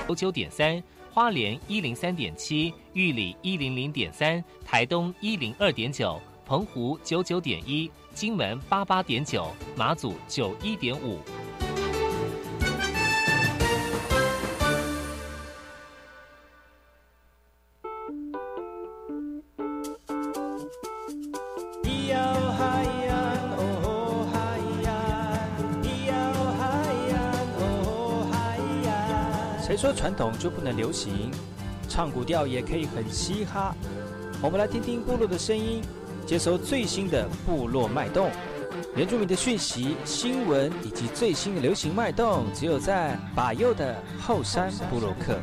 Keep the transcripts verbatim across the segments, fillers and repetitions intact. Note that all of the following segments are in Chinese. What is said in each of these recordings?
九九点三，花莲一零三点七，玉里一零零点三，台东一零二点九，澎湖九九点一，金门八八点九，马祖九一点五。 谁说传统就不能流行？唱古调也可以很嘻哈。我们来听听部落的声音，接收最新的部落脉动、原住民的讯息、新闻以及最新的流行脉动，只有在把右的后山部落客。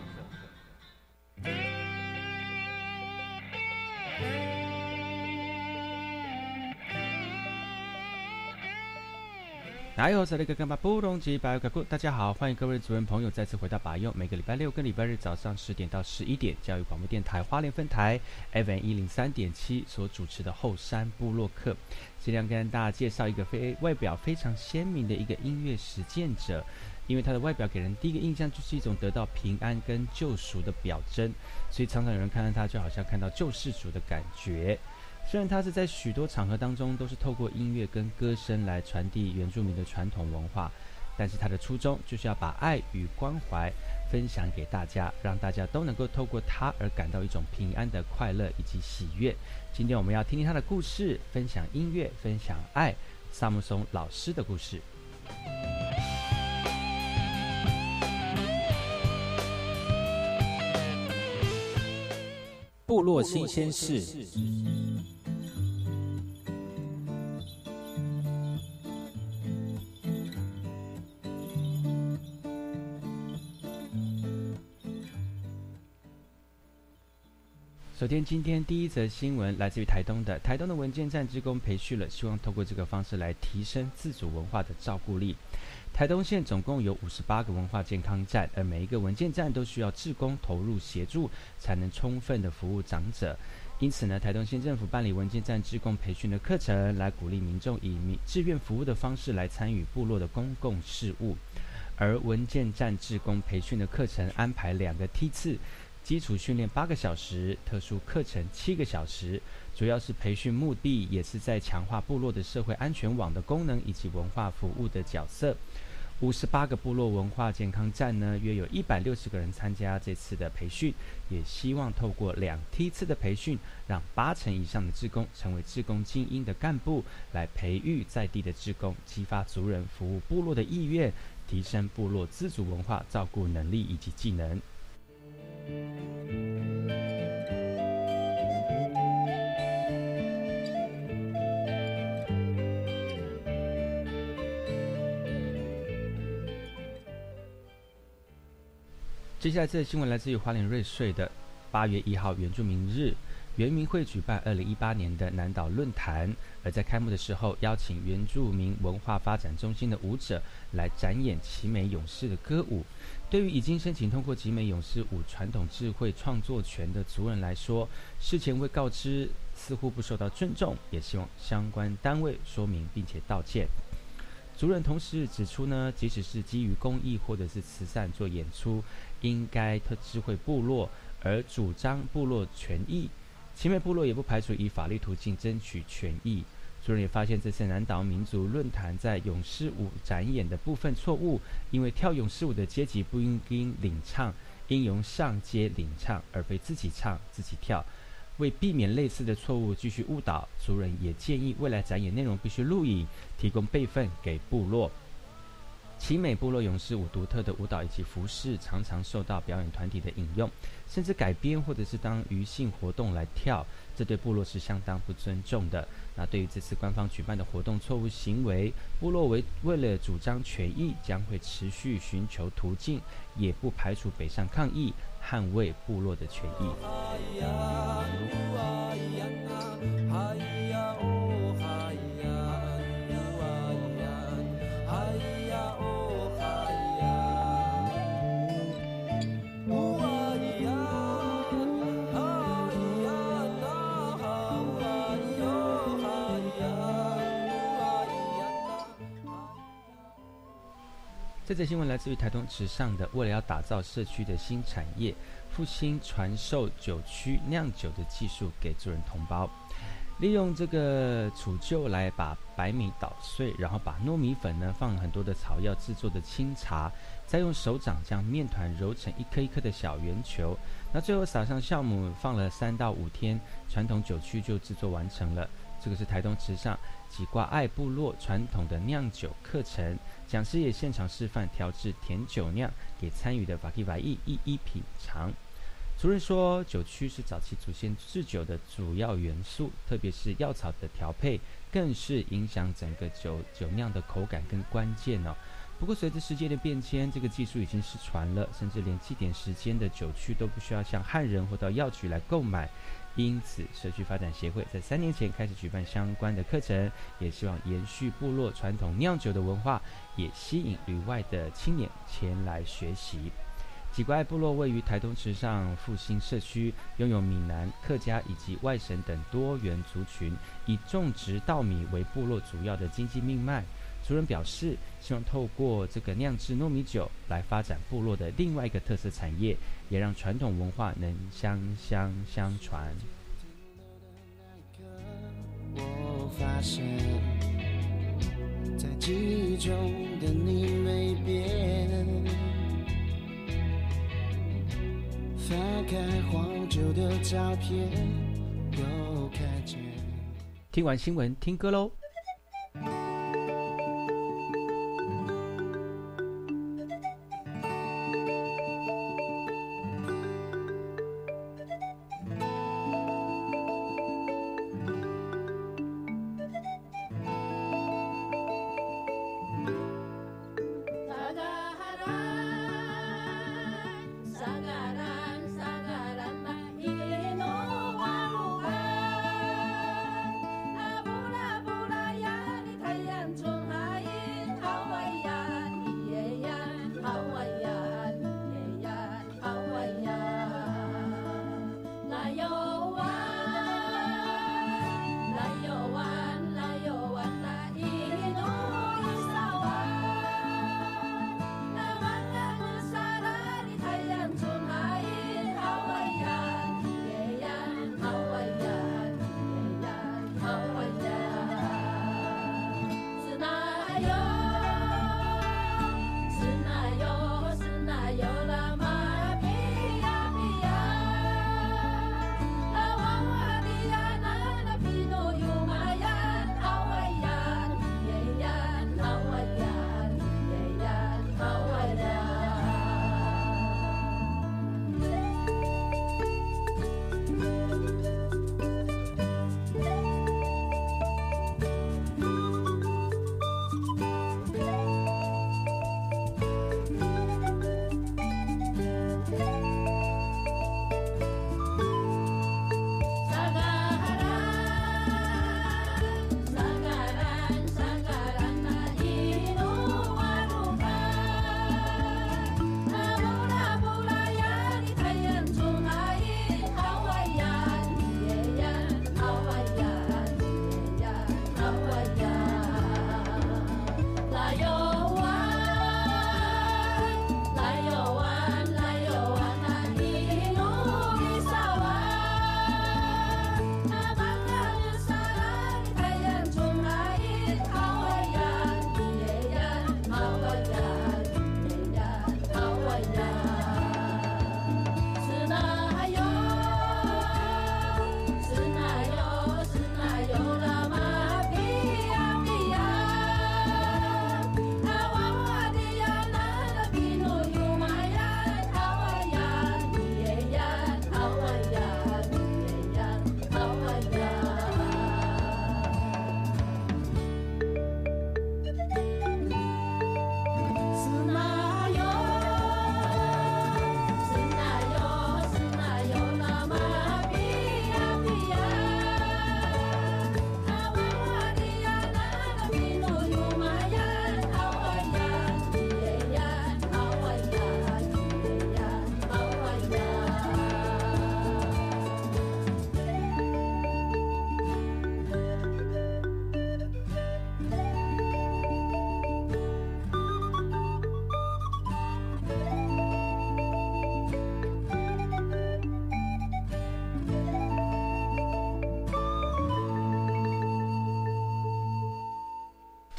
哪有这里个干巴布隆吉巴尤卡库？大家好，欢迎各位主人朋友再次回到把右。每个礼拜六跟礼拜日早上十点到十一点，教育广播电台花莲分台 F M 一零三点七所主持的后山部落客，尽量跟大家介绍一个非外表非常鲜明的一个音乐实践者，因为他的外表给人第一个印象就是一种得到平安跟救赎的表征，所以常常有人看到他就好像看到救世主的感觉。虽然他是在许多场合当中都是透过音乐跟歌声来传递原住民的传统文化，但是他的初衷就是要把爱与关怀分享给大家，让大家都能够透过他而感到一种平安的快乐以及喜悦。今天我们要听听他的故事，分享音乐，分享爱，萨木松老师的故事。部落新鲜事。首先，今天第一则新闻来自于台东的。台东的文健站志工培训了，希望透过这个方式来提升自主文化的照顾力。台东县总共有五十八个文化健康站，而每一个文健站都需要志工投入协助，才能充分的服务长者。因此呢，台东县政府办理文健站志工培训的课程，来鼓励民众以志愿服务的方式来参与部落的公共事务。而文健站志工培训的课程安排两个梯次。基础训练八个小时，特殊课程七个小时，主要是培训目的也是在强化部落的社会安全网的功能以及文化服务的角色。五十八个部落文化健康站呢，约有一百六十个人参加这次的培训，也希望透过两梯次的培训，让八成以上的志工成为志工精英的干部，来培育在地的志工，激发族人服务部落的意愿，提升部落自主文化照顾能力以及技能。接下来这新闻来自于花莲瑞穗的八月一号原住民日，原民会举办二零一八年的南岛论坛，而在开幕的时候邀请原住民文化发展中心的舞者来展演奇美勇士的歌舞。对于已经申请通过奇美勇士舞传统智慧创作权的族人来说，事前未告知似乎不受到尊重，也希望相关单位说明并且道歉。族人同时指出呢，即使是基于公益或者是慈善做演出，应该特知会部落，而主张部落权益。奇美部落也不排除以法律途径争取权益。族人也发现这次南岛民族论坛在勇士舞展演的部分错误，因为跳勇士舞的阶级不应应领唱，应由上阶领唱，而非自己唱自己跳。为避免类似的错误继续误导，族人也建议未来展演内容必须录影，提供备份给部落。奇美部落勇士舞独特的舞蹈以及服饰常常受到表演团体的引用，甚至改编或者是当娱性活动来跳，这对部落是相当不尊重的。那对于这次官方举办的活动错误行为，部落为为了主张权益，将会持续寻求途径，也不排除北上抗议，捍卫部落的权益。 这则新闻来自于台东池上的，为了要打造社区的新产业，复兴传授酒区酿酒的技术给族人同胞，利用这个杵臼来把白米捣碎，然后把糯米粉呢放很多的草药制作的清茶，再用手掌将面团揉成一颗一颗的小圆球，那最后撒上酵母，放了三到五天，传统酒区就制作完成了。这个是台东池上吉瓜爱部落传统的酿酒课程，讲师也现场示范调制甜酒酿给参与的法基法裔一一品尝。族人说，酒曲是早期祖先制酒的主要元素，特别是药草的调配，更是影响整个酒酒酿的口感跟关键哦。不过，随着时间的变迁，这个技术已经失传了，甚至连祭典时间的酒曲都不需要向汉人或到药局来购买。因此，社区发展协会在三年前开始举办相关的课程，也希望延续部落传统酿酒的文化，也吸引旅外的青年前来学习。吉瓜爱部落位于台东池上复兴社区，拥有闽南、客家以及外省等多元族群，以种植稻米为部落主要的经济命脉。族人表示，希望透过这个酿制糯米酒来发展部落的另外一个特色产业，也让传统文化能相相相传。 我发现在记忆中的你没变，翻开黄旧的照片又看见。 听完新闻，听歌喽。 Bula bula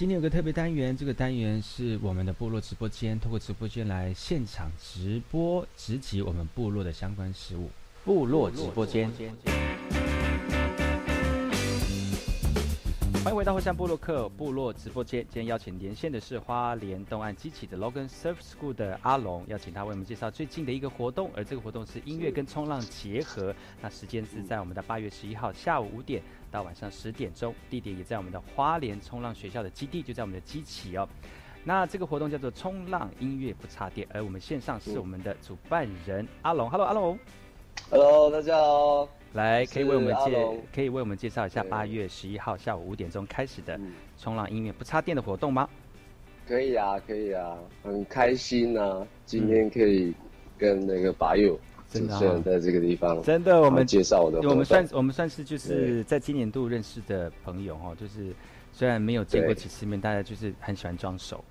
今天有个特别单元，这个单元是我们的部落直播间，透过直播间来现场直播直击我们部落的相关事务。部落直播间，欢迎回到后山部落客部落直播间。今天邀请连线的是花莲东岸基起的 Logan Surf School 的阿龙，邀请他为我们介绍最近的一个活动，而这个活动是音乐跟冲浪结合。那时间是在我们的八月十一号下午五点到晚上十点钟，地点也在我们的花莲冲浪学校的基地，就在我们的基起哦。那这个活动叫做冲浪音乐不插电，而我们线上是我们的主办人阿龙。Hello， 阿龙。 Hello， 大家好。 来，可以为我们介可以为我们介绍一下八月十一号下午五点钟开始的冲浪音乐不插电的活动吗？ 可以啊，可以啊，很开心啊！今天可以跟那个拔友主持人在这个地方， 真的，我们介绍我的活动， 我们算我们算是就是在今年度认识的朋友哦，就是虽然没有见过几次面，大家就是很喜欢装熟。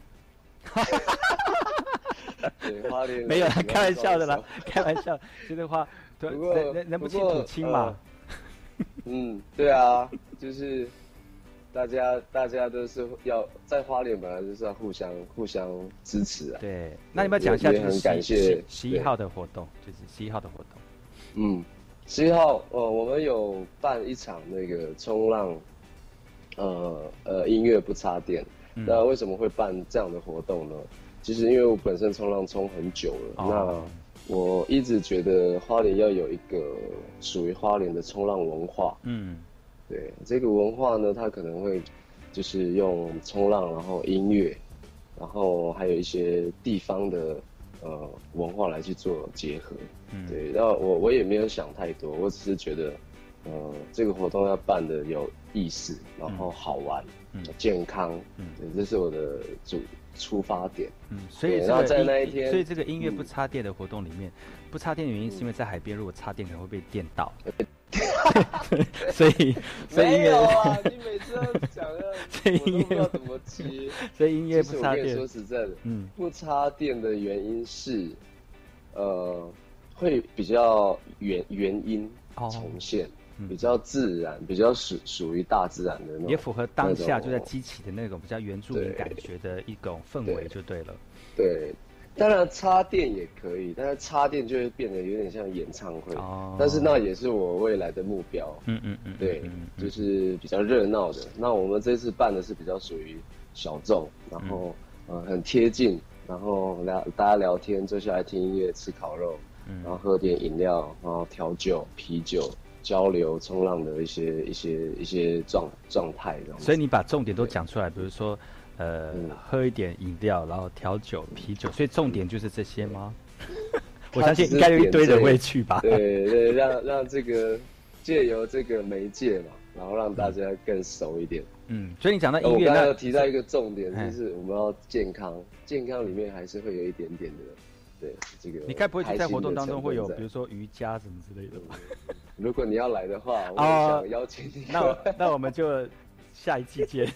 对，花莲没有啦，开玩笑的啦，开玩笑，这个话。人人不亲土亲嘛、 呃，嗯，对啊，就是大家大家都是要在花莲本来就是要互相互相支持啊。 对，那你们讲一下就是很感谢十一号的活动，就是十一号的活动。 嗯，十一号呃，我们有办一场那个冲浪，呃呃音乐不插电。嗯、那为什么会办这样的活动呢？其实因为我本身冲浪冲很久了，哦、那。我一直觉得花莲要有一个属于花莲的冲浪文化。嗯，对，这个文化呢，它可能会就是用冲浪，然后音乐，然后还有一些地方的呃文化来去做结合。嗯，对，那我我也没有想太多，我只是觉得，呃，这个活动要办的有意思，然后好玩，嗯，健康，嗯，对，这是我的主。出发点， 嗯，所以这个在那一天，所以这个音乐不插电的活动里面，嗯、不插电的原因是因为在海边，如果插电可能会被电到，所以所以音乐啊，你每次都讲的，所以音乐怎么接， 所以音乐不插电。 说实在的，嗯，不插电的原因是，呃，会比较原原音重现。哦比较自然，比较属属于大自然的那种， 也符合当下就在激起的那种比较原住民感觉的一种氛围，就对了。 对，当然插电也可以，但是插电就会变得有点像演唱会，哦、但是那也是我未来的目标。嗯嗯嗯，对，嗯嗯就是比较热闹的。那我们这次办的是比较属于小众，然后、嗯、呃很贴近，然后聊大家聊天，坐下来听音乐，吃烤肉，嗯、然后喝点饮料，然后调酒、啤酒。交流冲浪的一些一些一些状状态， 所以你把重点都讲出来，比如说，呃，嗯、喝一点饮料，然后调酒、啤酒，所以重点就是这些吗？我相信应该有一堆人会去吧。 对对，让让这个借由这个媒介嘛，然后让大家更熟一点。 嗯，所以你讲到音乐， 我刚才有提到一个重点，就是我们要健康，健康里面还是会有一点点的。对，这个你该不会在活动当中会有，比如说瑜伽什么之类的吧？ 如果你要来的话，我想邀请你。 那那我们就下一季见。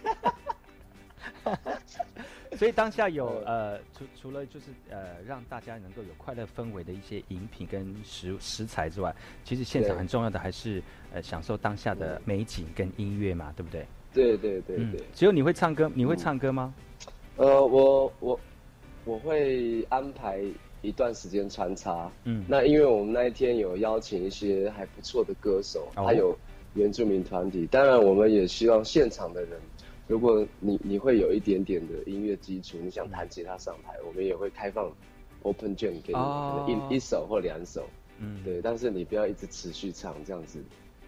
所以当下有呃，除除了就是呃，让大家能够有快乐氛围的一些饮品跟食食材之外，其实现场很重要的还是呃，享受当下的美景跟音乐嘛，对不对？ 对对对对。 嗯、只有你会唱歌，你会唱歌吗？ 嗯、呃，我我。我会安排一段时间穿插，嗯，那因为我们那一天有邀请一些还不错的歌手，哦、还有原住民团体，当然我们也希望现场的人，如果你你会有一点点的音乐基础，你想弹吉他上台，我们也会开放 open jam 给你，哦、一一首或两首，嗯，对，但是你不要一直持续唱这样子。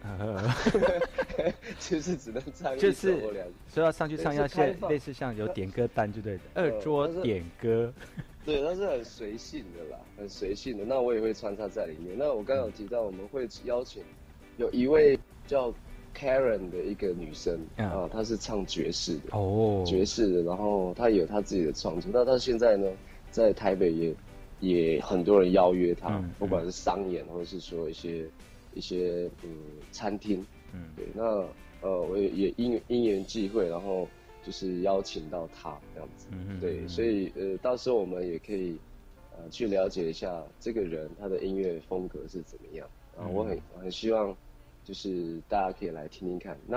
就是只能唱一首或两首， 所以要上去唱，要像类似像有点歌单，就对的。二桌点歌， 对，它是很随性的啦，很随性的。那我也会穿插在里面。那我刚刚有提到，我们会邀请有一位叫 Karen 的一个女生啊，她是唱爵士的哦，爵士的，然后她有她自己的创作。那她现在呢，在台北也也很多人邀约她，不管是商演或者是说一些。一些嗯餐厅，嗯对，那呃我也也因因缘际会，然后就是邀请到他这样子，嗯对，所以呃到时候我们也可以呃去了解一下这个人他的音乐风格是怎么样，啊、嗯、我很很希望就是大家可以来听听看。那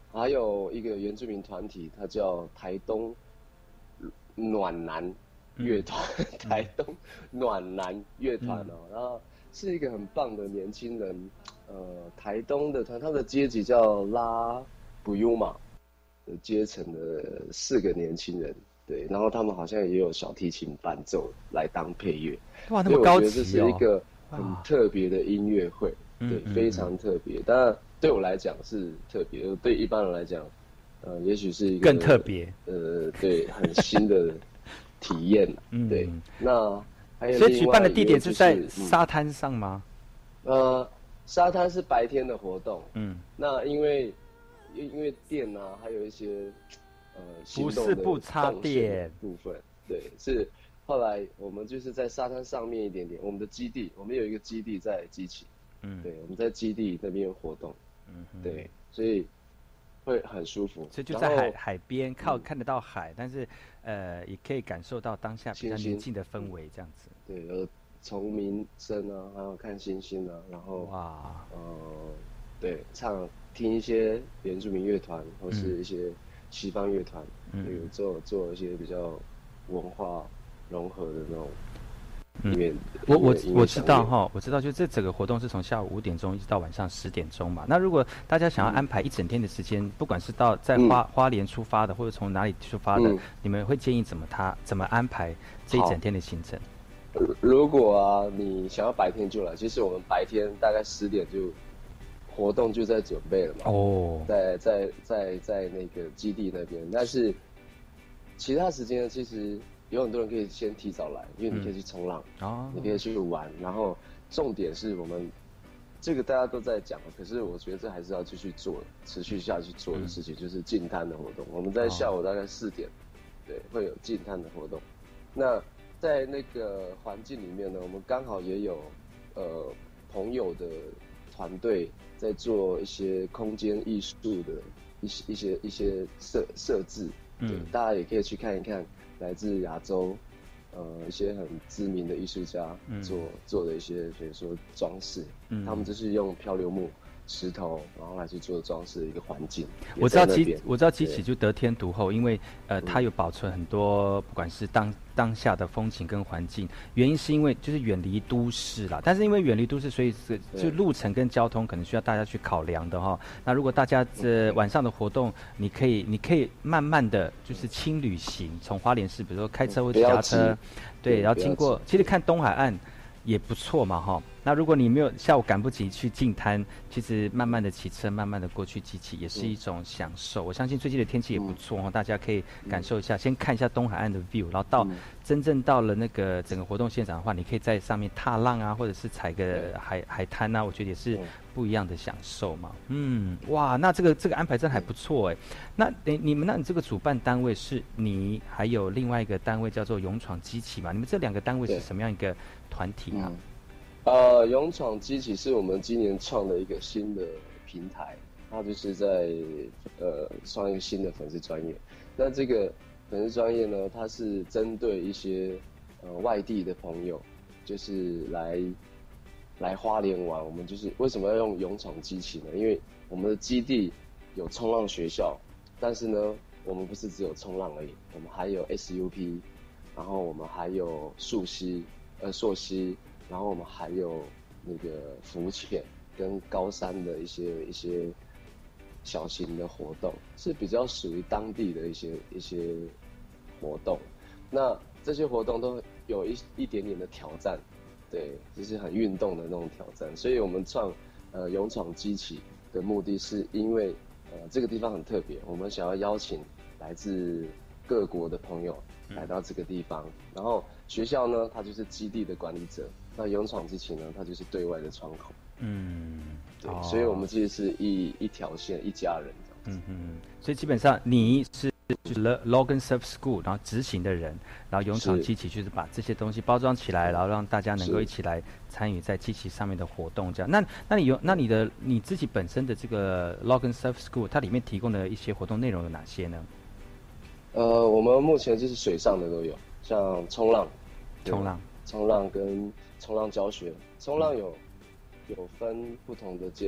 还有一个原住民团体，它叫台东暖男乐团，嗯、台东暖男乐团哦，嗯、然后是一个很棒的年轻人，呃，台东的团，他的阶级叫拉布尤玛的阶层的四个年轻人，对，然后他们好像也有小提琴伴奏来当配乐， 哇，那么高级哦！ 所以我觉得这是一个很特别的音乐会，对，嗯、非常特别。当然对我来讲是特别，对一般人来讲，呃，也许是一个更特别， 呃，对，很新的体验。嗯，对。那还有， 所以举办的地点是在沙滩上吗？ 嗯、呃，沙滩是白天的活动。嗯，那因为因为电啊，还有一些呃， 不是不插电部分，对，是后来我们就是在沙滩上面一点点，我们的基地，我们有一个基地在基奇，嗯，对，我们在基地那边活动，嗯，对，所以会很舒服， 所以就在海海边靠看得到海，但是呃也可以感受到当下比较宁静的氛围，这样子。 对，呃，虫鸣声啊，还有看星星啊，然后哇， 呃，对，唱听一些原住民乐团或是一些西方乐团，有做做一些比较文化融合的那种。 嗯，我我我知道哈，我知道，就这整个活动是从下午五点钟一直到晚上十点钟嘛。那如果大家想要安排一整天的时间，嗯、不管是到在花、嗯、花莲出发的，或者从哪里出发的，嗯、你们会建议怎么他怎么安排这一整天的行程？ 如果啊，你想要白天就来，其实我们白天大概十点就活动就在准备了嘛。哦，在在在在那个基地那边，但是其他时间其实。有很多人可以先提早来，因为你可以去冲浪，哦、你可以去玩。然后重点是我们这个大家都在讲，可是我觉得这还是要继续做，持续下去做的事情，嗯、就是净滩的活动。我们在下午大概四点，对，会有净滩的活动。那在那个环境里面呢，我们刚好也有呃朋友的团队在做一些空间艺术的一些一些一些设设置，对，嗯、大家也可以去看一看。来自亚洲，呃，一些很知名的艺术家做、嗯、做的一些，比如说装饰，嗯、他们就是用漂流木、石头，然后来去做装饰的一个环境。 我知道基，我知道基奇就得天独厚，因为呃，它有保存很多，不管是当当下的风景跟环境，原因是因为就是远离都市啦，但是因为远离都市，所以是就路程跟交通可能需要大家去考量的哈。那如果大家这晚上的活动，你可以你可以慢慢的就是轻旅行，从花莲市，比如说开车或者骑车，对，然后经过，其实看东海岸也不错嘛哈。那如果你没有下午赶不及去净滩，其实慢慢的骑车，慢慢的过去基奇也是一种享受。嗯、我相信最近的天气也不错哈，嗯、大家可以感受一下，嗯、先看一下东海岸的 view， 然后到、嗯、真正到了那个整个活动现场的话，你可以在上面踏浪啊，或者是踩个海海滩啊，我觉得也是不一样的享受嘛。嗯，哇，那这个这个安排真的还不错哎。那你你们那你这个主办单位是你还有另外一个单位叫做勇闯基奇嘛？你们这两个单位是什么样一个团体啊？ 嗯呃，勇闯基奇是我们今年创的一个新的平台，它就是在呃创一个新的粉丝专页。那这个粉丝专页呢，它是针对一些呃外地的朋友，就是来来花莲玩。我们就是为什么要用勇闯基奇呢？因为我们的基地有冲浪学校，但是呢，我们不是只有冲浪而已，我们还有 S U P， 然后我们还有溯溪，呃溯溪。然后我们还有那个浮潜跟高山的一些一些小型的活动，是比较属于当地的一些一些活动。那这些活动都有一一点点的挑战，对，就是很运动的那种挑战。所以我们创呃勇闯基奇的目的是因为呃这个地方很特别，我们想要邀请来自各国的朋友来到这个地方，然后学校呢，它就是基地的管理者。那勇闯基奇呢，它就是对外的窗口。嗯，对，哦、所以我们其实是一一条线，一家人这样子。嗯嗯，所以基本上你是就是 Logan Surf School， 然后执行的人，然后勇闯基奇就是把这些东西包装起来，然后让大家能够一起来参与在基奇上面的活动。这样，那那你有那你的你自己本身的这个 Logan Surf School， 它里面提供的一些活动内容有哪些呢？ 呃，我们目前就是水上的都有，像冲浪， 冲浪。 冲浪跟冲浪教学，冲浪有有分不同的阶层，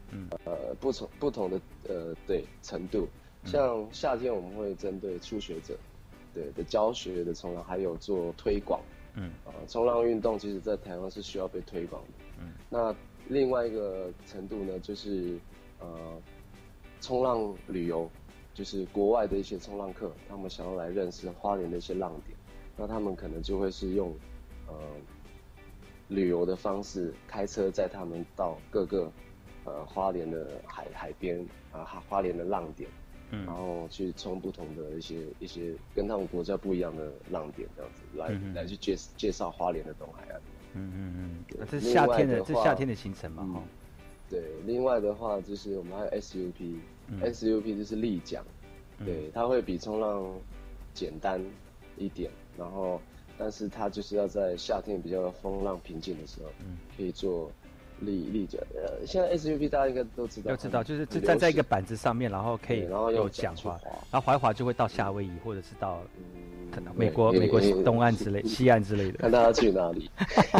嗯， 呃，不同不同的呃对程度，像夏天我们会针对初学者，对的教学的冲浪，还有做推广， 嗯， 啊、呃，冲浪运动其实在台湾是需要被推广的， 嗯， 那另外一个程度呢，就是呃，冲浪旅游，就是国外的一些冲浪客，他们想要来认识花莲的一些浪点，那他们可能就会是用呃旅游的方式，开车载他们到各个呃花莲的海海边啊，花花莲的浪点， 嗯， 然后去冲不同的一些一些跟他们国家不一样的浪点，这样子来、 嗯、 来去介介绍花莲的东海岸。 嗯嗯嗯，这是夏天的，这是夏天的行程嘛，哈、嗯。 对，另外的话就是我们还有 S U P，S U P 就是立桨， 嗯、 对，它会比冲浪简单一点，然后但是它就是要在夏天比较风浪平静的时候，嗯，可以做立立桨。呃，现在 S U P 大家应该都知道， 都知道，就是就站在一个板子上面，然后可以然后有桨滑，然后滑一滑就会到夏威夷，或者是到可能美国美国东岸之类、西岸之类的， 看大家去哪里。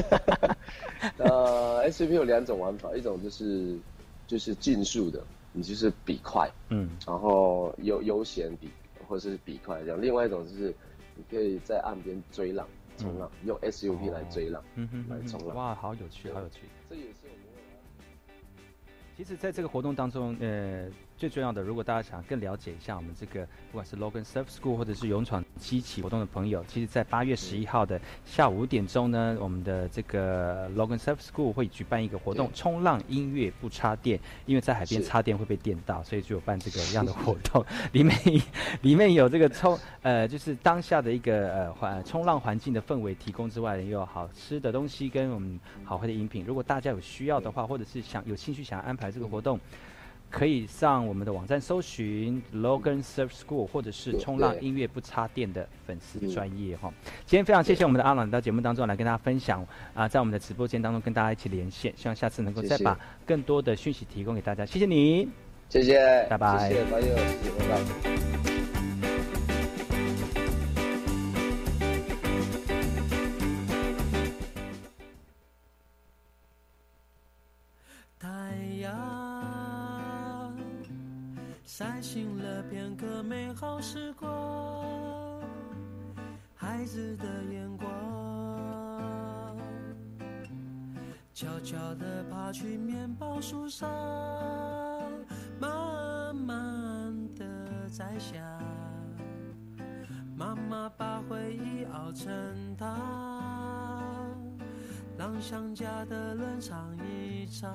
呃 ，S U P 有两种玩法，一种就是就是竞速的，你就是比快，嗯，然后悠悠闲比或者是比快这样；另外一种就是你可以在岸边追浪、冲浪，嗯、用 S U P 来追浪， 嗯哼， 来冲浪。 哇，好有趣，好有趣。 这也是我们未来。 其实，在这个活动当中，呃，最重要的，如果大家想更了解一下我们这个，不管是 Logan Surf School 或者是勇闯激起活动的朋友，其实，在八月十一号的下午五点钟呢，我们的这个 Logan Surf School 会举办一个活动，冲浪音乐不插电，因为在海边插电会被电到，所以就有办这个样的活动。里面里面有这个冲，呃，就是当下的一个呃环冲浪环境的氛围提供之外，也有好吃的东西跟我们好喝的饮品。如果大家有需要的话，或者是想有兴趣想要安排这个活动，可以上我们的网站搜寻 Logan Surf School， 或者是冲浪音乐不插电的粉丝专业哈。今天非常谢谢我们的阿朗到节目当中来跟大家分享啊、呃，在我们的直播间当中跟大家一起连线，希望下次能够再把更多的讯息提供给大家。谢谢你， 谢谢， 拜拜， 谢谢，拜拜。 晒醒了片刻美好时光，孩子的眼光，悄悄地爬去面包树上，慢慢地摘下，妈妈把回忆熬成汤，让想家的人尝一尝，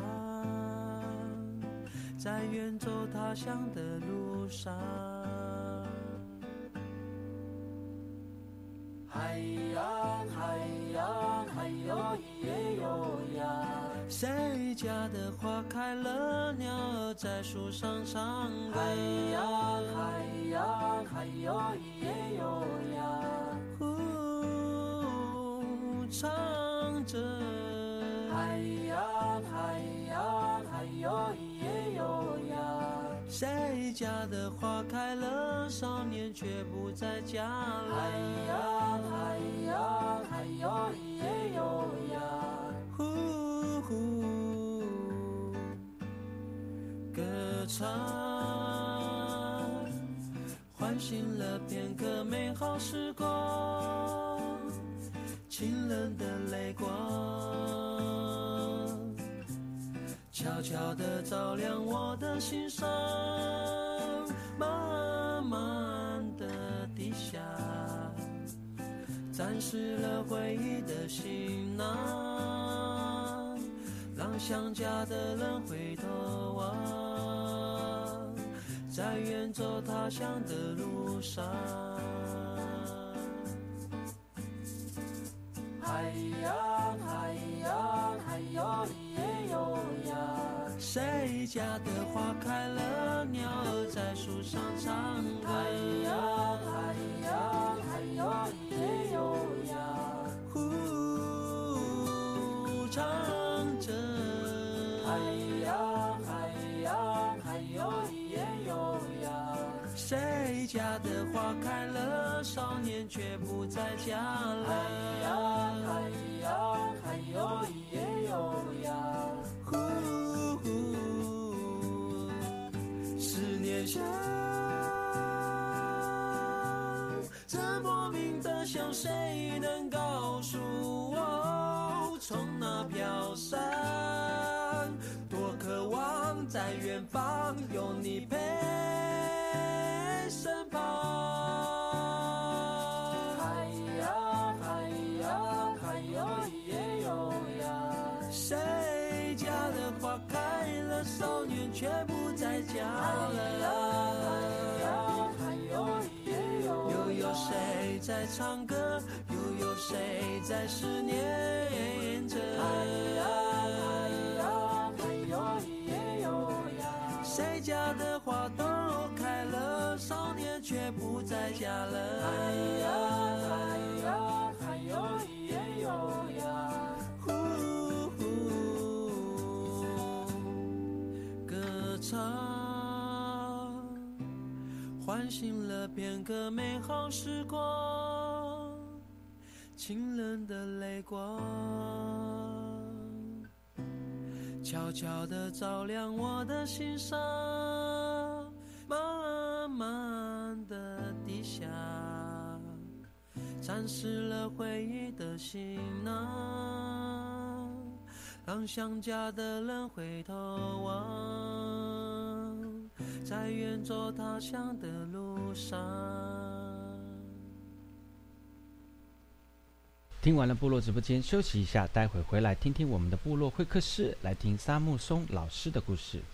在远走他乡的路上，海洋海洋海哟咿耶哟呀，谁家的花开了，鸟儿在树上唱歌，海洋海洋海哟咿耶哟呀，呼唱着海洋海洋海哟咿耶哟呀，谁家的花开了，少年却不在家了，海洋海洋海哟咿耶哟呀，呼呼歌唱，唤醒了片刻美好时光，亲人的泪光，悄悄地照亮我的心上，慢慢地低下，沾湿了回忆的行囊，让想家的人回头望，在远走他乡的路上，海洋海洋海哟咿耶哟呀，谁家的花开了，鸟儿在树上唱歌，海洋海洋海哟咿耶哟呀，呼唱着，海洋海洋海哟咿耶哟呀，谁家的花开了，少年却不在家了，海洋海洋海哟咿耶哟呀，呼呼也想，这莫名的想，谁能告诉我，从那飘散，多渴望在远方有你陪身旁。嗨呀嗨呀嗨哟耶哟呀，谁家的花开了，少年却不在家了。又有谁在唱歌，又有谁在思念着？谁家的花都开了，少年却不在家了。歌唱唤醒了片刻美好时光，清冷的泪光悄悄地照亮我的心上，慢慢地低下，沾湿了回忆的行囊，让想家的人回头望，在远走他乡的路上。 听完了部落直播间，休息一下，待会回来听听我们的部落会客室，来听沙木松老师的故事。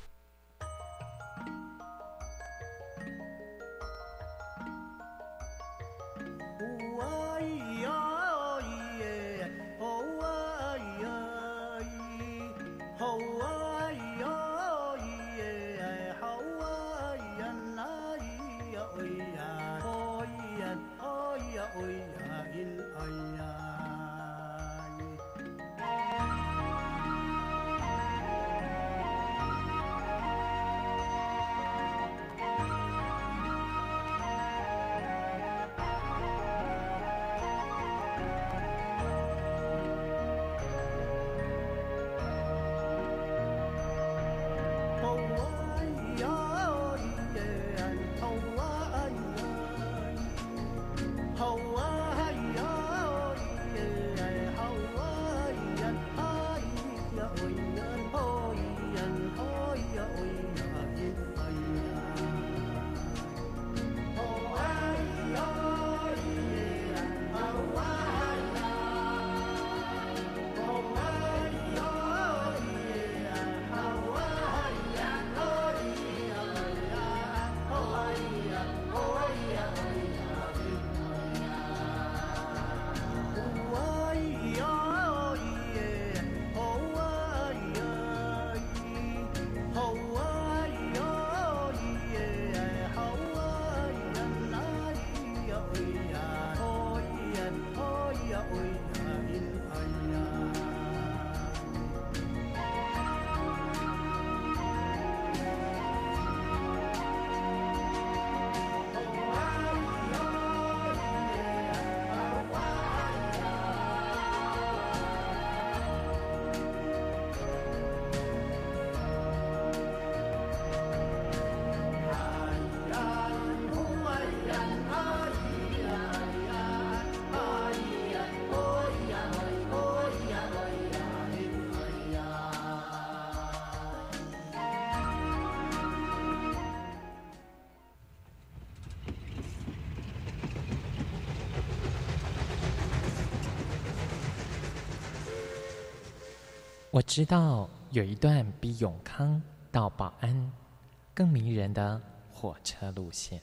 我知道有一段比永康到保安更迷人的火车路线。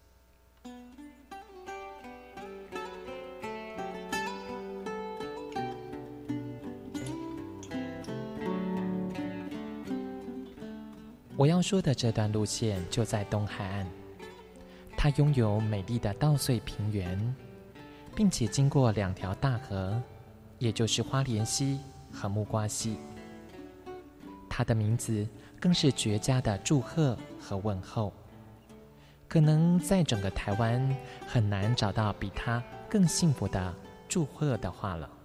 我要说的这段路线就在东海岸，它拥有美丽的稻穗平原，并且经过两条大河，也就是花莲溪和木瓜溪。它的名字更是绝佳的祝贺和问候，可能在整个台湾很难找到比它更幸福的祝贺的话了。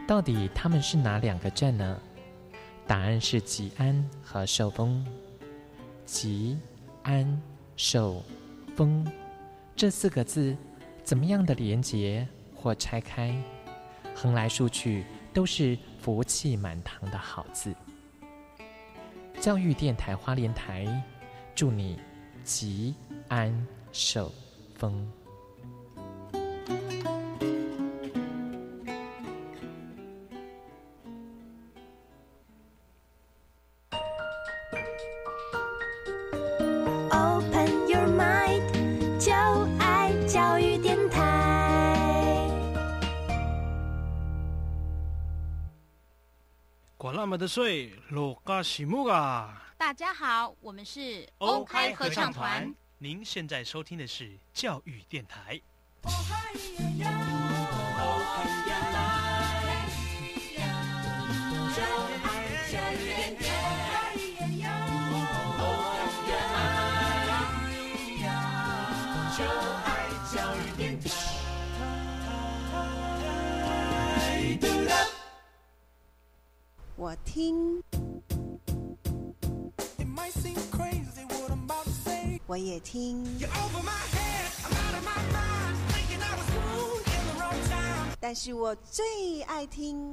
到底他们是哪两个镇呢？答案是吉安和寿丰。吉安寿丰这四个字怎么样的连结或拆开，横来竖去都是福气满堂的好字。教育电台花莲台，祝你吉安寿丰。 Open your mind， 就爱教育电台。 管那么的水，落嘎西木啊！ 大家好，我们是欧开合唱团。您现在收听的是教育电台。 我听，我也听，但是我最爱听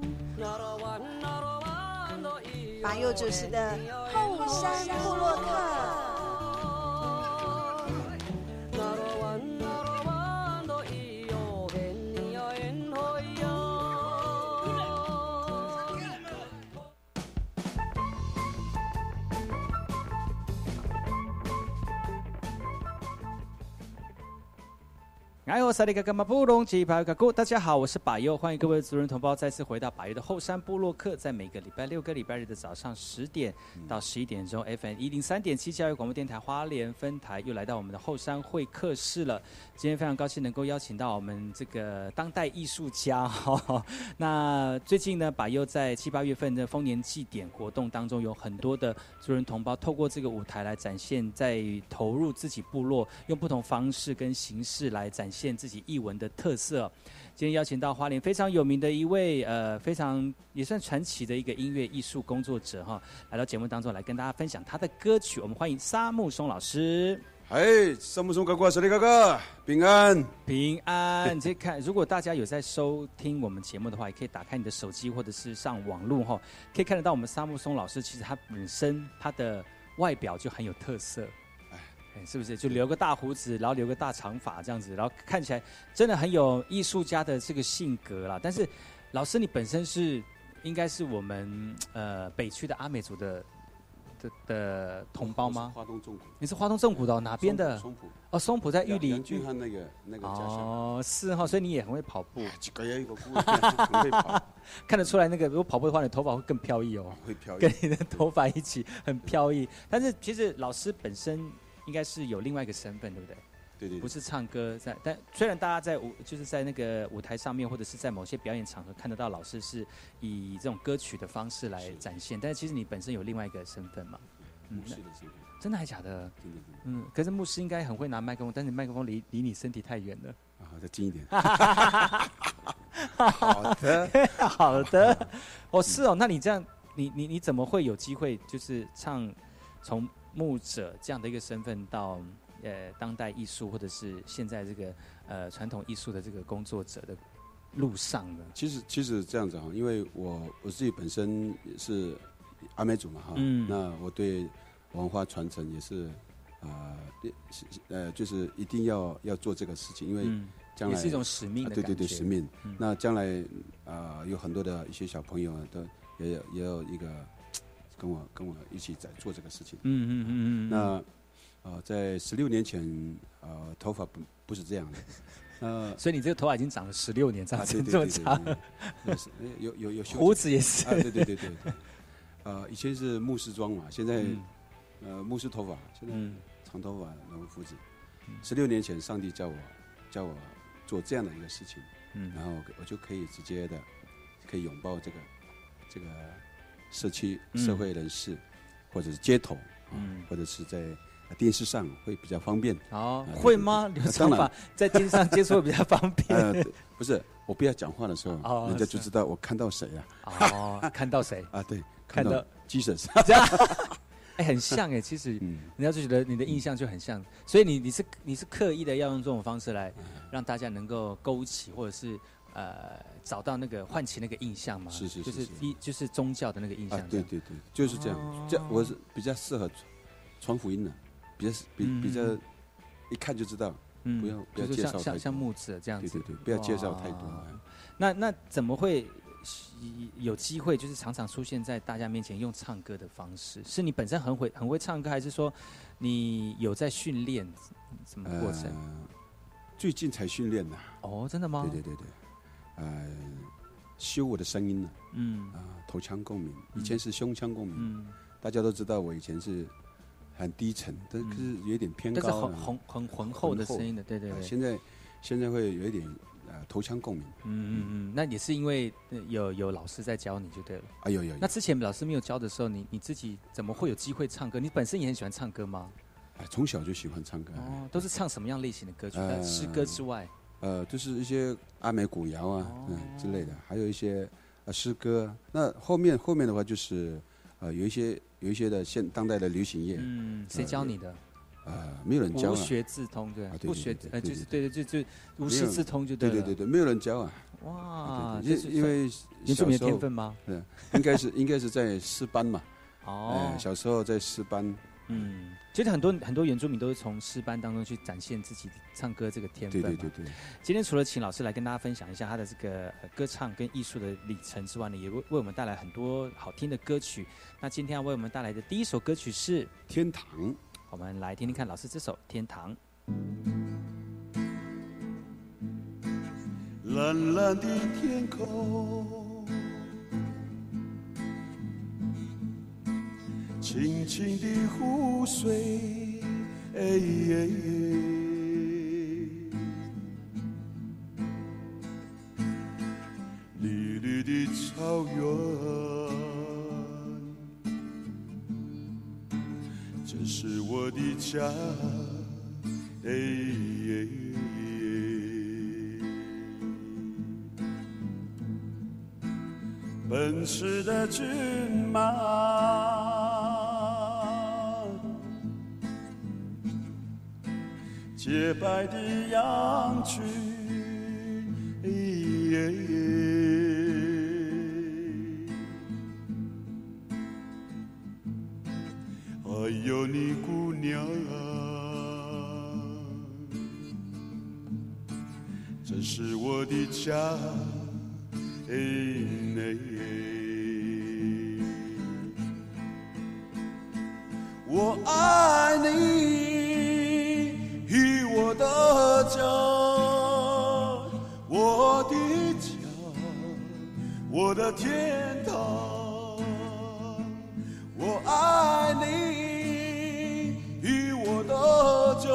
马佑主持的后山部落客。 哎呦，萨利嘎嘎马布隆吉巴嘎古，大家好，我是巴佑，欢迎各位族人同胞再次回到巴佑的后山部落客，在每个礼拜六跟礼拜日的早上十点到十一点钟 ，F M 一零三点七教育广播电台花莲分台又来到我们的后山会客室了。今天非常高兴能够邀请到我们这个当代艺术家哈、哦。那最近呢，巴佑在七八月份的丰年祭典活动当中，有很多的族人同胞透过这个舞台来展现，在投入自己部落，用不同方式跟形式来展现现自己艺文的特色。今天邀请到花莲非常有名的一位呃非常也算传奇的一个音乐艺术工作者哈，来到节目当中来跟大家分享他的歌曲。我们欢迎沙木松老师。 哎，沙木松哥哥，沙利哥哥，平安平安。这看，如果大家有在收听我们节目的话，也可以打开你的手机或者是上网络哈，可以看得到我们沙木松老师，其实他本身他的外表就很有特色。是不是就留个大胡子，然后留个大长发这样子，然后看起来真的很有艺术家的这个性格啦。但是老师你本身是应该是我们呃北区的阿美族的的的同胞吗？ 花东纵谷。 你是花东纵谷的、哦、哪边的？ 松浦。 哦，松浦在玉里。 杨俊汉那个那个家乡。 哦，是哈、哦，所以你也很会跑步。 这个也有个故事，很会跑。 看得出来，那个如果跑步的话，你头发会更飘逸哦。 会飘逸。 跟你的头发一起很飘逸。但是其实老师本身应该是有另外一个身份，对不对？ 对 对, 对。 不是唱歌，在但虽然大家在舞就是在那个舞台上面，或者是在某些表演场合看得到老师是以这种歌曲的方式来展现，但是其实你本身有另外一个身份嘛。 牧师的身份。 真的还假的？ 真的真的。 嗯，可是牧师应该很会拿麦克风，但是麦克风离离你身体太远了。 啊，再近一点。 好的，好的。哦，是哦，那你这样，你你你怎么会有机会就是唱从牧者这样的一个身份到呃当代艺术，或者是现在这个呃传统艺术的这个工作者的路上呢？ 其实其实这样子哈，因为我我自己本身也是阿美族嘛哈， 嗯， 那我对文化传承也是啊、呃，呃，就是一定要要做这个事情，因为将来、 嗯、也是一种使命的感觉、 啊、对对对，使命。 嗯、那将来啊、呃，有很多的一些小朋友啊，都也有也有一个。跟我跟我一起在做这个事情。 嗯嗯嗯嗯。 那呃，在十六年前，呃，头发不不是这样的。 呃，所以你这个头发已经长了十六年，这样子、 啊、 这么长。 有有有胡子也是。 啊，对对对对对。呃，以前是牧师装嘛，现在、嗯、呃牧师头发，现在长头发然后胡子。十六年前，上帝叫我叫我做这样的一个事情，嗯，然后我就可以直接的可以拥抱这个这个。社区社会人士，嗯、或者是街头，嗯，或者是在电视上会比较方便。 哦，呃、会吗？留长发在电视上接触会比较方便。 呃，不是，我不要讲话的时候，哦、人家就知道我看到谁了。 哦，看到谁啊？对，看到 Jesus。 哎，很像哎，其实人家就觉得你的印象就很像，所以你你是你是刻意的要用这种方式来让大家能够勾起，或者是呃找到那个唤起那个印象嘛？ 是是是， 就是一就是宗教的那个印象。 啊，对对对，就是这样。哦、这样我是比较适合传福音的，比较比比较一看就知道，嗯、不要不要介绍太多， 像像木子这样子。 对对对，不要介绍太多。 那那怎么会？有机会就是常常出现在大家面前用唱歌的方式，是你本身很会很会唱歌，还是说你有在训练什么过程？呃、 最近才训练的。 哦，真的吗？ 对对对对，呃，修我的声音呢，嗯啊、呃，头腔共鸣，以前是胸腔共鸣，嗯，大家都知道我以前是很低沉，但是有点偏高， 但是很很很浑厚的声音的，对对对。 呃、现在现在会有一点。呃，头腔共鸣。 嗯嗯嗯，那也是因为有有老师在教你就对了。 啊，有有有。 那之前老师没有教的时候，你你自己怎么会有机会唱歌？你本身也很喜欢唱歌吗？ 啊，从小就喜欢唱歌。 哦，都是唱什么样类型的歌曲？呃，诗歌之外， 呃，就是一些阿美古谣啊，哦、嗯之类的，还有一些呃诗歌。那后面后面的话就是，呃，有一些有一些的现当代的流行乐。 嗯，谁教你的？ 呃，没有人教、啊， 无学自通，对， 啊、 不学呃，就是对对，就就无师自通就对了。对对对对，没有人教啊。 哇， 因因为原住民的天分吗？ 对，应该是应该是在诗班嘛。 哦、 呃，小时候在诗班。 嗯，其实很多很多原住民都是从诗班当中去展现自己唱歌这个天分嘛。 对对对对。 今天除了请老师来跟大家分享一下他的这个歌唱跟艺术的里程之外呢，也为为我们带来很多好听的歌曲。那今天要为我们带来的第一首歌曲是《 天堂》。 我们来听听看老师这首《天堂》。 蓝蓝的天空，清清的湖水，哎哎绿绿的草原，这是我的家，哎哎奔驰的骏马，洁白的羊群，哎哎还有你姑娘，这是我的家，哎哎我爱你与我的家，我的家，我的天堂。我爱你与我的家，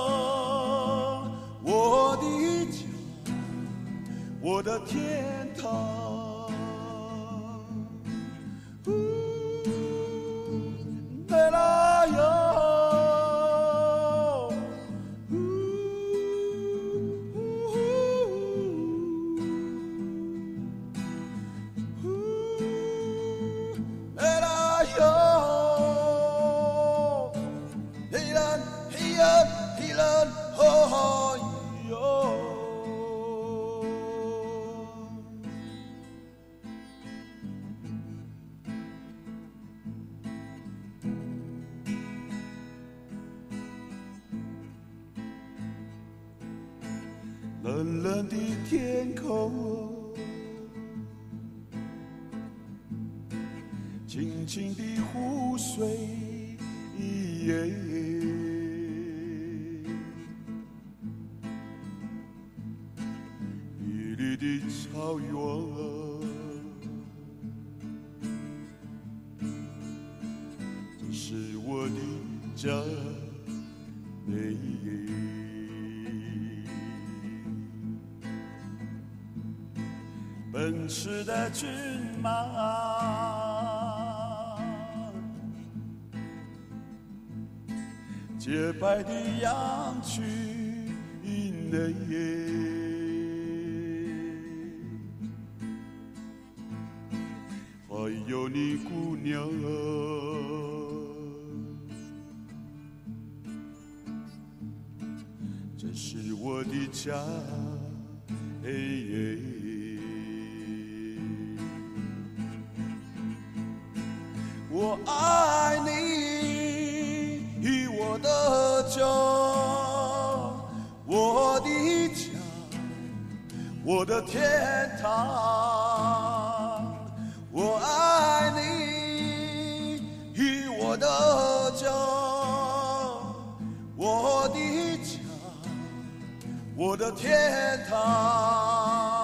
我的家，我的天堂。蓝蓝的天空，清清的湖水，耶绿绿的草原，这是我的家，耶奔驰的骏马， 洁白的羊群的夜，还有你姑娘，这是我的家。哎哎我爱你，我的家，我的家，我的天堂。我爱你，我的家，我的家，我的天堂。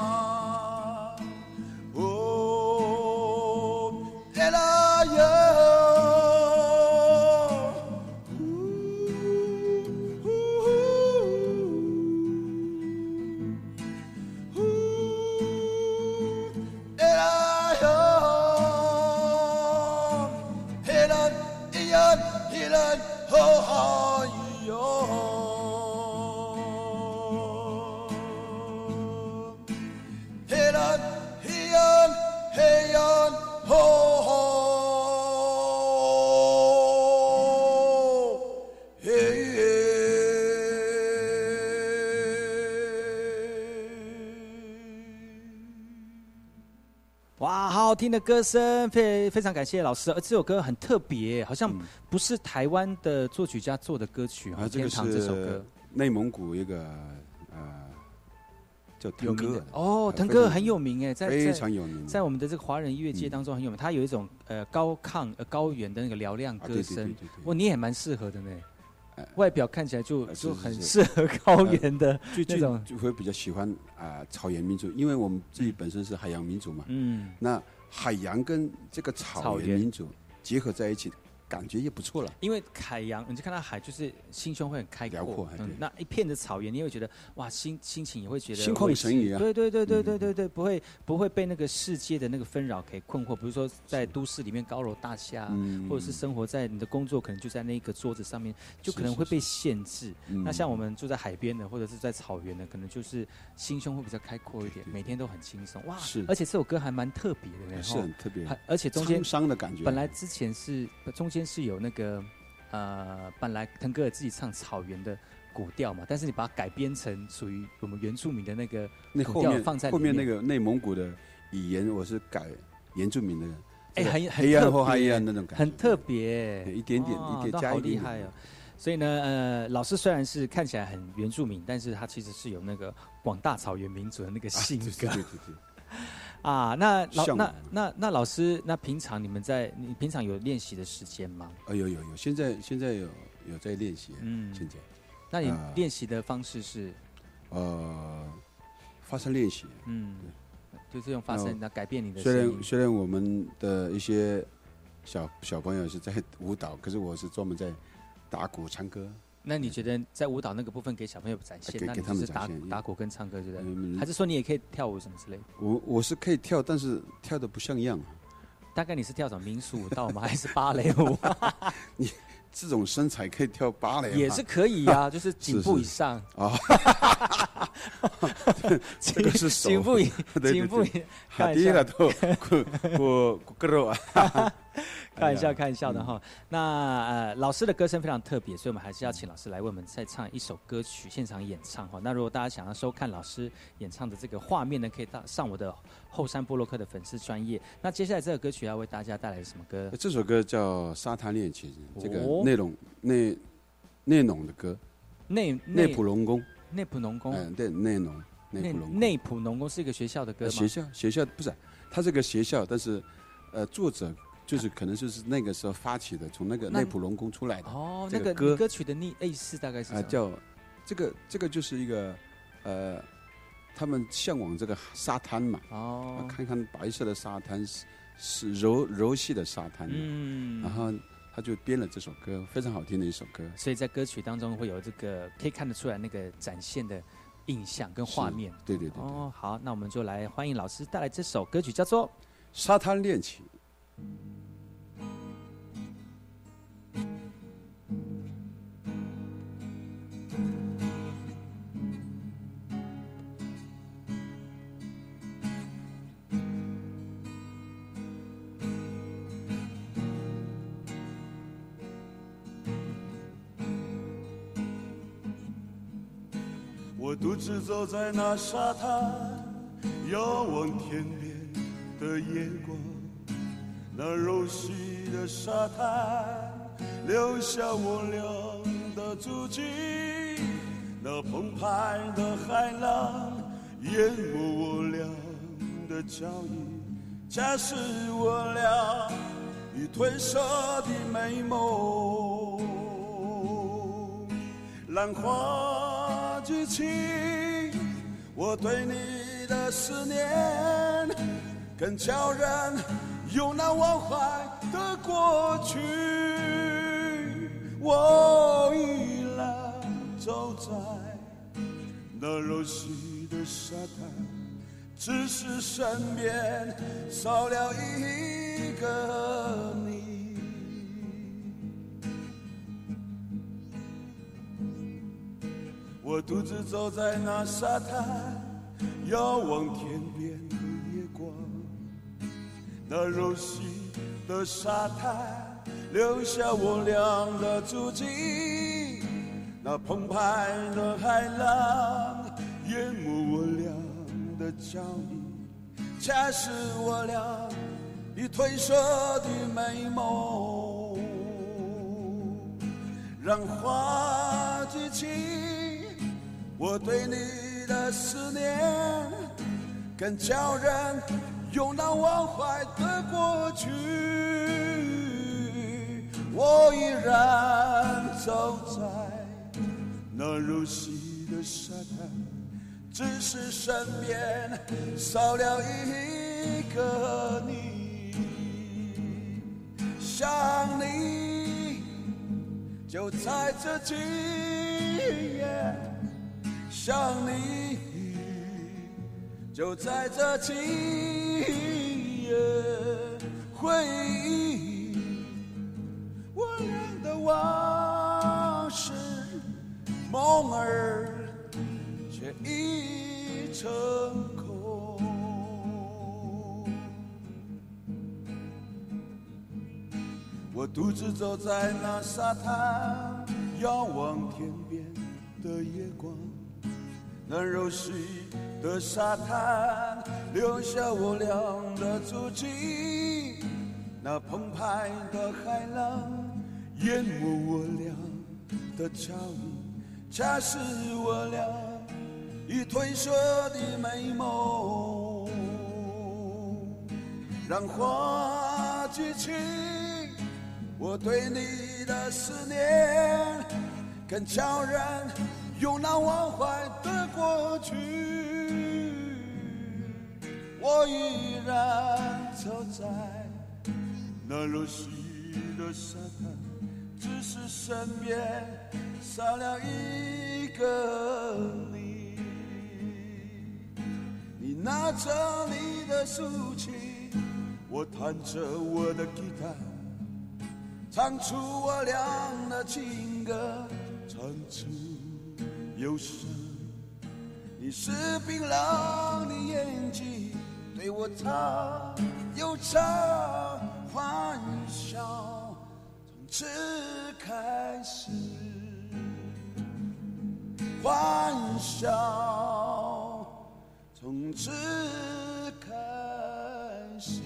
好听的歌声，非非常感谢老师。而这首歌很特别，好像不是台湾的作曲家做的歌曲。 啊， 天堂这首歌， 内蒙古一个呃叫腾哥哦，腾哥很有名哎，在非常有名， 在我们的这个华人音乐界当中很有名。他有一种呃高亢呃高远的那个嘹亮歌声，哇，你也蛮适合的呢。外表看起来就就很适合高原的那种， 就会比较喜欢啊草原民族，因为我们自己本身是海洋民族嘛。嗯，那海洋跟这个草原民族结合在一起，感觉也不错了。 因为海洋，你就看到海，就是心胸会很开阔，辽阔。嗯，那一片的草原，你会觉得哇，心心情也会觉得心旷神怡啊。 对对对对对对对，不会不会被那个世界的那个纷扰给困惑。比如说在都市里面高楼大厦，嗯、或者是生活在你的工作可能就在那个桌子上面，就可能会被限制。是是是那像我们住在海边的，或者是在草原的，可能就是心胸会比较开阔一点，每天都很轻松。哇，是，而且这首歌还蛮特别的呢， 是很特别， 而且中间沧桑的感觉。 本来之前是中间是有那个。呃，本来腾哥自己唱草原的古调嘛，但是你把它改编成属于我们原住民的那个古调放在后面那个内蒙古的语言，我是改原住民的， 哎、欸，很黑暗或黑暗那种感觉， 很特别， 一点点，一点加一点， 好厉害哦。所以呢，呃，老师虽然是看起来很原住民，但是他其实是有那个广大草原民族的那个性格。啊、对对对对。啊，那老那那那老师，那平常你们在你平常有练习的时间吗？ 呃，有有有，现在现在有有在练习，嗯，现在。 那你练习的方式是？ 呃，发声练习， 嗯，就是用发声来改变你的声音。虽然虽然我们的一些小小朋友是在舞蹈，可是我是专门在打鼓唱歌。 那你觉得在舞蹈那个部分给小朋友展现，那你就是打打鼓跟唱歌，对不对？嗯、还是说你也可以跳舞什么之类的？ 我我是可以跳，但是跳的不像样。 大概你是跳什么民俗舞蹈吗？还是芭蕾舞？ 你这种身材可以跳芭蕾？ 也是可以啊，就是颈部以上啊。 这个是手颈部以颈部以， 看一下，都我我个肉啊。 开玩笑，开玩笑的哈。那呃，老师的歌声非常特别，所以我们还是要请老师来为我们再唱一首歌曲，现场演唱哈。那如果大家想要收看老师演唱的这个画面呢，可以到上我的后山部落客的粉丝专页。那接下来这个歌曲要为大家带来什么歌？ 这首歌叫《沙滩恋情》，这个内容内内农的歌， 内内埔农工， 内埔农工， 嗯，对，内农内埔农内埔农工是一个学校的歌吗？ 学校学校不是，它是个学校，但是呃，作者。就是可能就是那个时候发起的，从那个内埔农工出来的哦。那个歌歌曲的意思大概是啊，叫这个这个就是一个呃，他们向往这个沙滩嘛哦，看看白色的沙滩是是柔柔细的沙滩，嗯，然后他就编了这首歌，非常好听的一首歌。 所以在歌曲当中会有这个可以看得出来那个展现的印象跟画面。 对对 对, 对。 哦，好，那我们就来欢迎老师带来这首歌曲，叫做《 沙滩恋情》。 我独自走在那沙滩，遥望天边的夜光，那柔细的沙滩留下我俩的足迹，那澎湃的海浪淹没我俩的脚印，恰是我俩已褪色的美梦。兰花激情，我对你的思念更叫人有那忘怀的过去。我依然走在那柔细的沙滩，只是身边少了一个你。我独自走在那沙滩，遥望天边的夜光，那柔细的沙滩留下我俩的足迹，那澎湃的海浪淹没我俩的脚印，恰是我俩已褪色的美梦。让花激情，我对你的思念更叫人有那忘怀的过去。我依然走在那柔细的沙滩，只是身边少了一个你。想你就在这今夜，想你就在这今夜，回忆我俩的往事，梦儿却已成空。我独自走在那沙滩，遥望天边的夜光，那柔细的沙滩留下我俩的足迹，那澎湃的海浪淹没我俩的脚印，恰是我俩已褪色的美梦。让花激情，我对你的思念更叫人有那忘怀的过去。我依然走在那柔细的沙滩，只是身边少了一个你。你拿着你的竖琴，我弹着我的吉他，唱出我俩的情歌，唱出忧伤。你是冰冷的眼睛，对我唱又唱，欢笑从此开始，欢笑从此开始。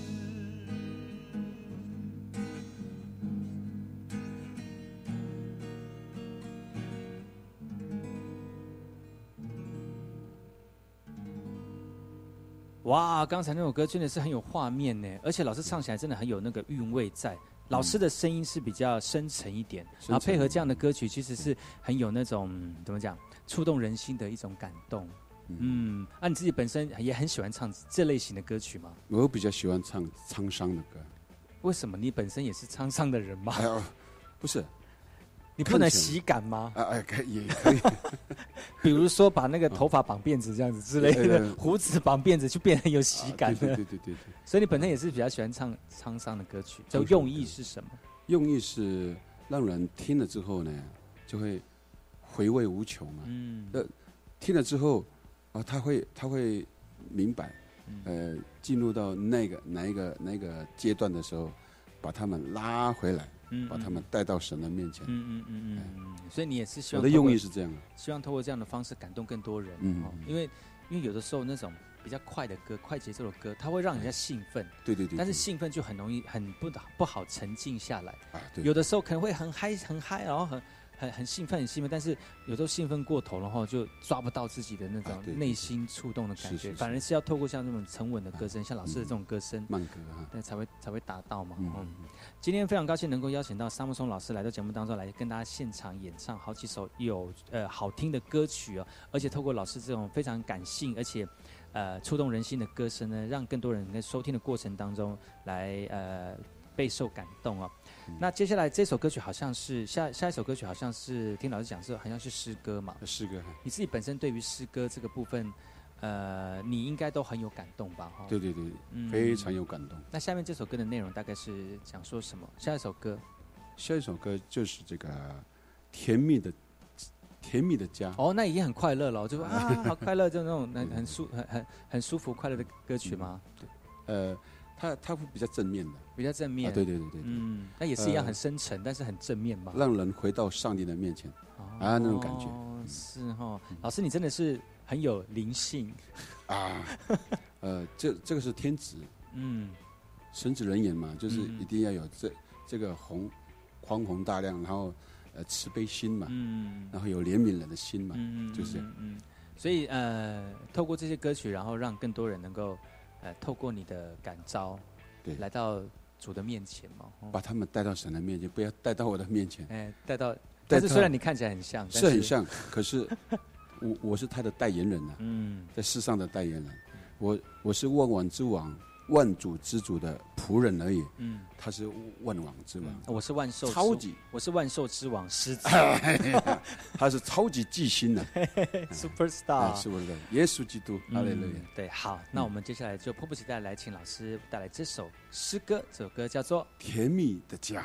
哇，刚才那首歌真的是很有画面呢，而且老师唱起来真的很有那个韵味在。老师的声音是比较深沉一点，嗯、然后配合这样的歌曲，其实是很有那种怎么讲，触动人心的一种感动。嗯，嗯啊，你自己本身也很喜欢唱这类型的歌曲吗？ 我比较喜欢唱沧桑的歌。 为什么？你本身也是沧桑的人吗？ 哎呦，不是。 你不能喜感吗？ 啊，哎，可以，也可以。 比如说把那个头发绑辫子这样子之类的，嗯、胡子绑辫子就变得有喜感了。 对对对对对。 所以你本身也是比较喜欢唱沧桑的歌曲，就用意是什么？ 用意是让人听了之后呢，就会回味无穷啊。嗯。呃，听了之后啊，他会他会明白，呃，进入到那个哪一个哪一个阶段的时候，把他们拉回来。 嗯，把他们带到神的面前。 嗯嗯嗯嗯。所以你也是希望我的用意是这样， 希望透过这样的方式感动更多人。 嗯， 哦、因为因为有的时候那种比较快的歌、快节奏的歌，它会让人家兴奋。 对对 对, 对。 但是兴奋就很容易很不不好沉静下来。 啊，对。 有的时候可能会很嗨很嗨，然后很。很很兴奋，很兴奋，但是有时候兴奋过头，然后就抓不到自己的那种内心触动的感觉， 是是是， 反而是要透过像这种沉稳的歌声，啊、像老师的这种歌声， 慢歌啊， 对，才会才会达到嘛。 嗯， 嗯今天非常高兴能够邀请到沙木松老师来到节目当中来跟大家现场演唱好几首有呃好听的歌曲哦，而且透过老师这种非常感性而且呃触动人心的歌声呢，让更多人在收听的过程当中来呃备受感动哦。那接下来这首歌曲好像是下下一首歌曲好像是听老师讲是好像是诗歌嘛？ 诗歌。 你自己本身对于诗歌这个部分，呃，你应该都很有感动吧？哈。 对对对，嗯、非常有感动。 那下面这首歌的内容大概是讲说什么？下一首歌， 下一首歌就是这个甜蜜的甜蜜的家。 哦，那已经很快乐了，就啊，好快乐，就那种很很舒很很很舒服快乐的歌曲吗？ 对，呃。它它会比较正面的， 比较正面， 啊、对对对对， 嗯，那也是一样很深沉，呃、但是很正面嘛， 让人回到上帝的面前，哦、啊，那种感觉， 哦，是哈，老师你真的是很有灵性啊，呃，这这个是天职， 嗯， 神职人员嘛，就是一定要有这这个宏宽宏大量，然后呃慈悲心嘛，嗯，然后有怜悯人的心嘛，嗯，就是这样， 嗯，所以呃，透过这些歌曲，然后让更多人能够。呃，透过你的感召， 对， 来到主的面前嘛， 哦、把他们带到神的面前，不要带到我的面前。 哎，带到，但是虽然你看起来很像， 是很像，可是我我是他的代言人啊， 嗯， 在世上的代言人，我我是万王之王、万主之主的仆人而已，嗯，他是万王之王， 嗯、我是万兽超级， 我是万兽之王狮子， 他是超级巨星呢 ，super star， 是不是？耶稣基督，哈利路亚。 对，好，那我们接下来就迫不及待来请老师带来这首诗歌，这首歌叫做《 甜蜜的家》。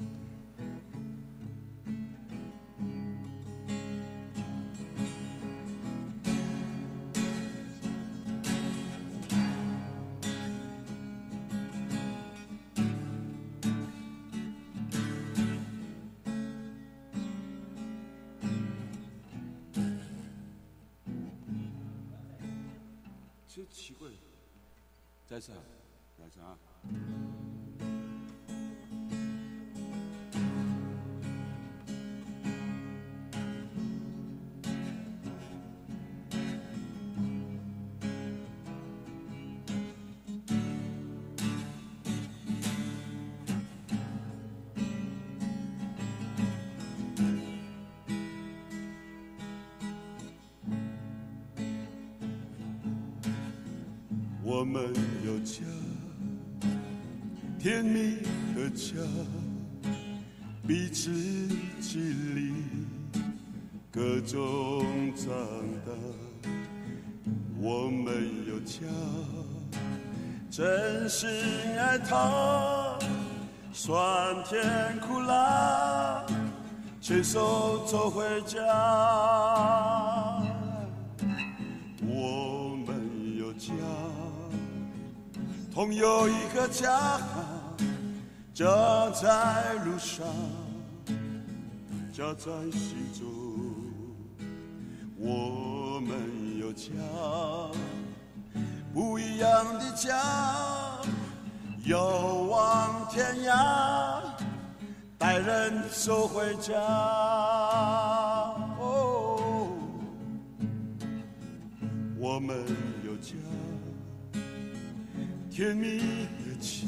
这奇怪，再一次，再一次啊！ 我们有家，甜蜜的家，彼此激励，各种长大。我们有家，真心爱他，酸甜苦辣，牵手走回家。我们有家。同有一个家，家在路上，家在心中。我们有家，不一样的家，遥望天涯，带人走回家。哦，我们有家。甜蜜的家，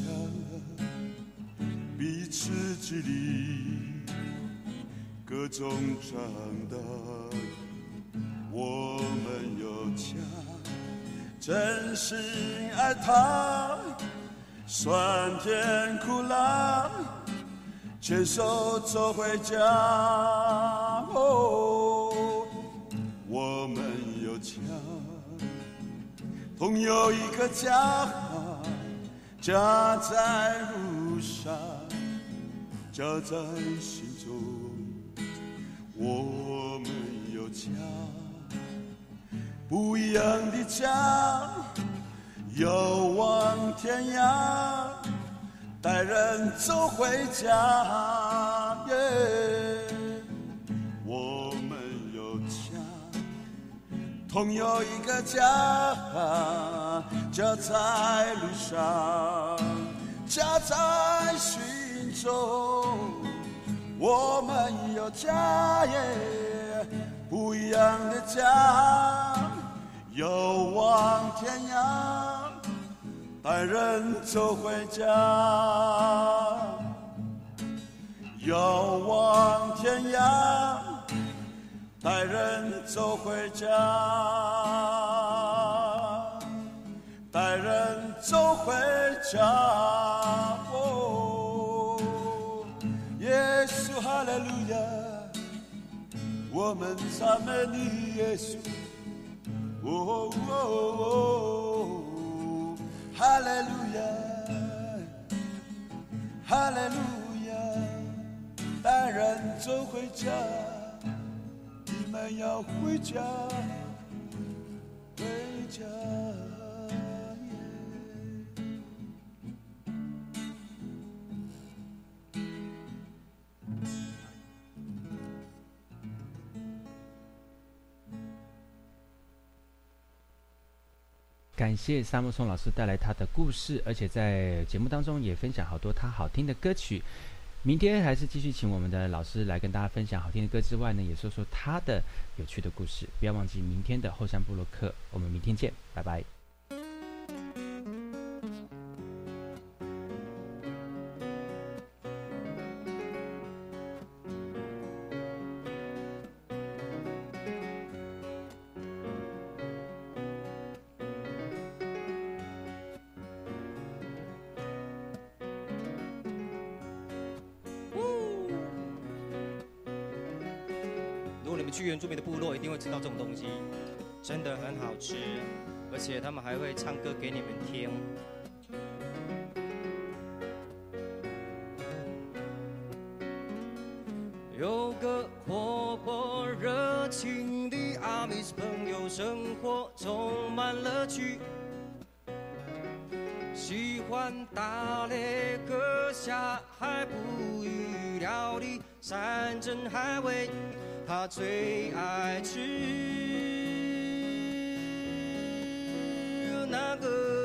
彼此激励，各种长大。我们有家，真心爱他，酸甜苦辣，牵手走回家。哦，我们有家，同有一个家。家在路上，家在心中。我们有家，不一样的家，遥望天涯， 带人走回家。耶，我们有家，同有一个家，家在路上，家在心中。我们有家耶，不一样的家，有望天涯，带人走回家。有望天涯，带人走回家，带人走回家。哦，耶稣哈利路亚，我们赞美你耶稣。哦哦哦，哈利路亚，哈利路亚，带人走回家。你们要回家，回家。 感谢沙木松老师带来他的故事，而且在节目当中也分享好多他好听的歌曲。明天还是继续请我们的老师来跟大家分享好听的歌之外呢，也说说他的有趣的故事。不要忘记明天的后山部落客，我们明天见，拜拜。 去原住民的部落一定会吃到这种东西，真的很好吃，而且他们还会唱歌给你们听。有个活泼热情的阿米斯朋友，生活充满乐趣，喜欢打猎、割下海捕鱼、料理山珍海味。他最爱吃那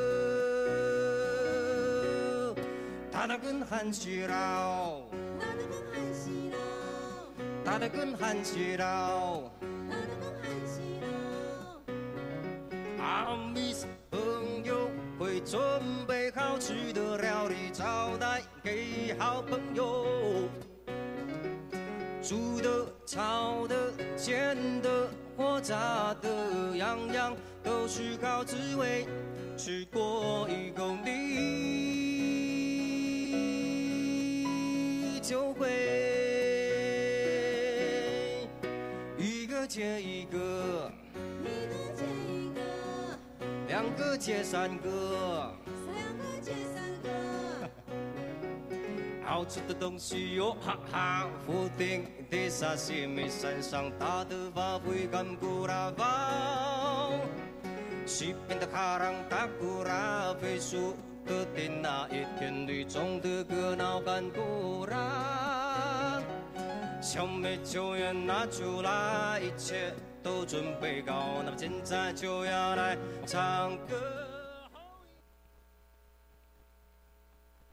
个，他的根很细绕，他的根很细绕，阿米斯朋友会准备好吃的料理招待给好朋友。煮的、炒的、煎的或炸的，样样都是好滋味。吃过一口你就会一个接一个，两个接三个，好吃的东西哟，哈哈！福鼎的沙西米，山上大的发挥干古拉包，西边的卡朗达古拉，飞树的天那一天绿中的格闹干古拉，小美酒也拿出来，一切都准备好，那么现在就要来唱歌。